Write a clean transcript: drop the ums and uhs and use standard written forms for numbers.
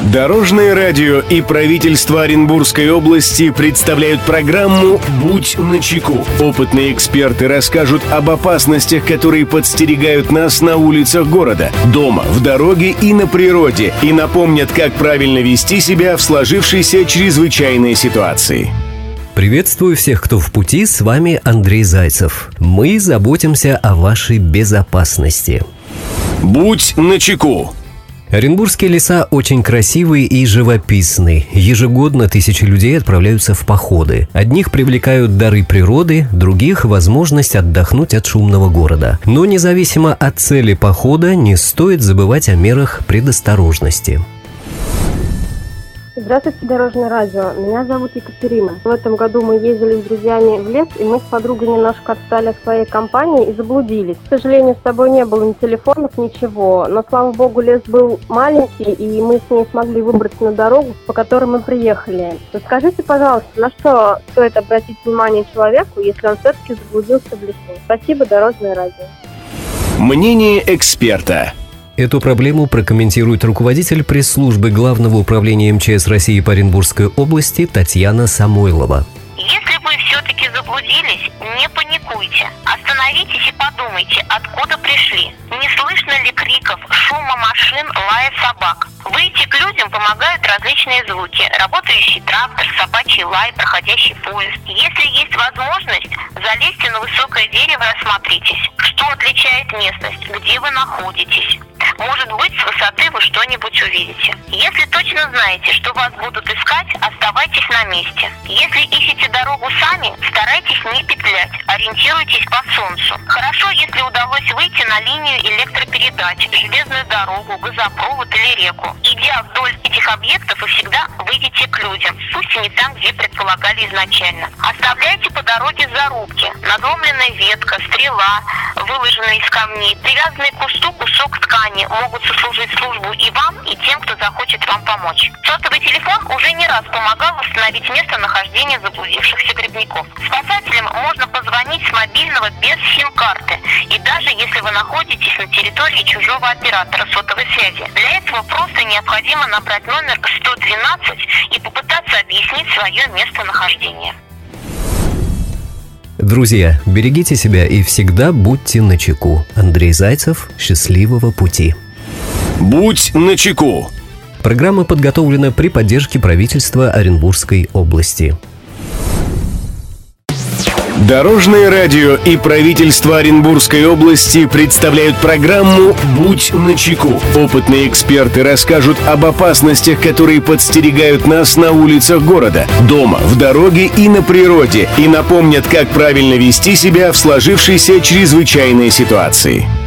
Дорожное радио и правительство Оренбургской области представляют программу «Будь начеку». Опытные эксперты расскажут об опасностях, которые подстерегают нас на улицах города, дома, в дороге и на природе, и напомнят, как правильно вести себя в сложившейся чрезвычайной ситуации. Приветствую всех, кто в пути, с вами Андрей Зайцев. Мы заботимся о вашей безопасности. Будь начеку. Оренбургские леса очень красивые и живописные. Ежегодно тысячи людей отправляются в походы. Одних привлекают дары природы, других – возможность отдохнуть от шумного города. Но независимо от цели похода, не стоит забывать о мерах предосторожности. Здравствуйте, Дорожное радио. Меня зовут Екатерина. В этом году мы ездили с друзьями в лес, и мы с подругой немножко отстали от своей компании и заблудились. К сожалению, с собой не было ни телефонов, ничего. Но, слава богу, лес был маленький, и мы с ней смогли выбраться на дорогу, по которой мы приехали. Расскажите, пожалуйста, на что стоит обратить внимание человеку, если он все-таки заблудился в лесу? Спасибо, Дорожное радио. Мнение эксперта. Эту проблему прокомментирует руководитель пресс-службы Главного управления МЧС России по Оренбургской области Татьяна Самойлова. Если вы все-таки заблудились, не паникуйте. Остановитесь и подумайте, откуда пришли. Не слышно ли криков, шума машин, лая собак? Выйти к людям помогают различные звуки. Работающий трактор, собачий лай, проходящий поезд. Если есть возможность, залезьте на высокое дерево и осмотритесь. Что отличает местность, где вы находитесь? Может быть, с высоты вы что-нибудь увидите. Если точно знаете, что вас будут искать, оставайтесь на месте. Если ищете дорогу сами, старайтесь не петлять, ориентируйтесь по солнцу. Хорошо, если удалось выйти на линию электропередач, железную дорогу, газопровод или реку. Идя вдоль этих объектов, вы всегда выйдете к людям, пусть и не там, где предполагали изначально. Оставляйте по дороге зарубки, надломленная ветка, стрела, выложенная из камней, привязанный к кусту кусок ткани могут сослужить службу и вам, и тем, кто захочет вам помочь. Сотовый телефон уже не раз помогал установить местонахождение заблудившихся грибников. Спасателям можно позвонить с мобильного без сим-карты, и даже если вы находитесь на территории чужого оператора сотовой связи. Для этого просто необходимо набрать номер 112 и попытаться объяснить свое местонахождение. Друзья, берегите себя и всегда будьте начеку. Андрей Зайцев, счастливого пути. Будь начеку. Программа подготовлена при поддержке правительства Оренбургской области. Дорожное радио и правительство Оренбургской области представляют программу «Будь начеку». Опытные эксперты расскажут об опасностях, которые подстерегают нас на улицах города, дома, в дороге и на природе, и напомнят, как правильно вести себя в сложившейся чрезвычайной ситуации.